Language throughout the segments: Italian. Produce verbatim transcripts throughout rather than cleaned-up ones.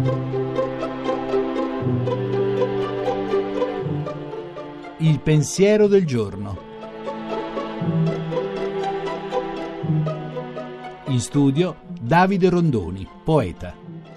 Il pensiero del giorno. In studio Davide Rondoni, poeta.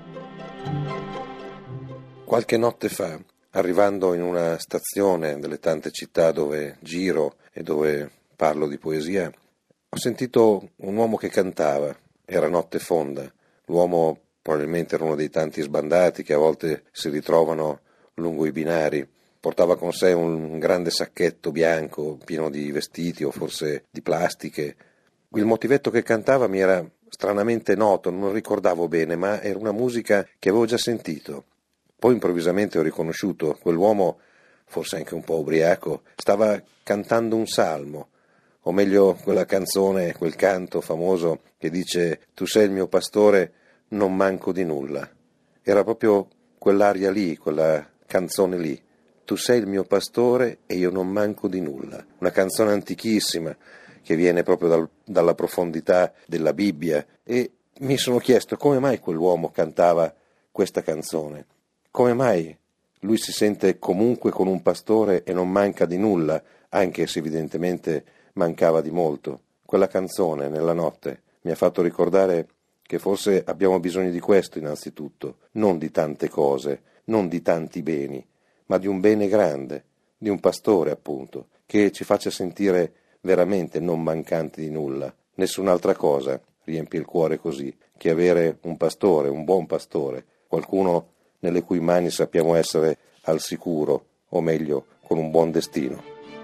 Qualche notte fa, arrivando in una stazione delle tante città dove giro e dove parlo di poesia, ho sentito un uomo che cantava. Era notte fonda. L'uomo probabilmente era uno dei tanti sbandati che a volte si ritrovano lungo i binari. Portava con sé un grande sacchetto bianco pieno di vestiti o forse di plastiche. Il motivetto che cantava mi era stranamente noto, non ricordavo bene, ma era una musica che avevo già sentito. Poi improvvisamente ho riconosciuto quell'uomo, forse anche un po' ubriaco, stava cantando un salmo, o meglio quella canzone, quel canto famoso che dice «Tu sei il mio pastore, non manco di nulla». Era proprio quell'aria lì, quella canzone lì. Tu sei il mio pastore e io non manco di nulla. Una canzone antichissima che viene proprio dal, dalla profondità della Bibbia, e mi sono chiesto come mai quell'uomo cantava questa canzone. Come mai lui si sente comunque con un pastore e non manca di nulla, anche se evidentemente mancava di molto. Quella canzone nella notte mi ha fatto ricordare che forse abbiamo bisogno di questo innanzitutto, non di tante cose, non di tanti beni, ma di un bene grande, di un pastore appunto, che ci faccia sentire veramente non mancanti di nulla. Nessun'altra cosa riempie il cuore così che avere un pastore, un buon pastore, qualcuno nelle cui mani sappiamo essere al sicuro, o meglio, con un buon destino.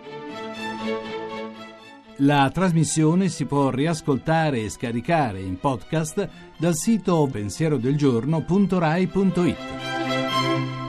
La trasmissione si può riascoltare e scaricare in podcast dal sito pensierodelgiorno punto rai punto it.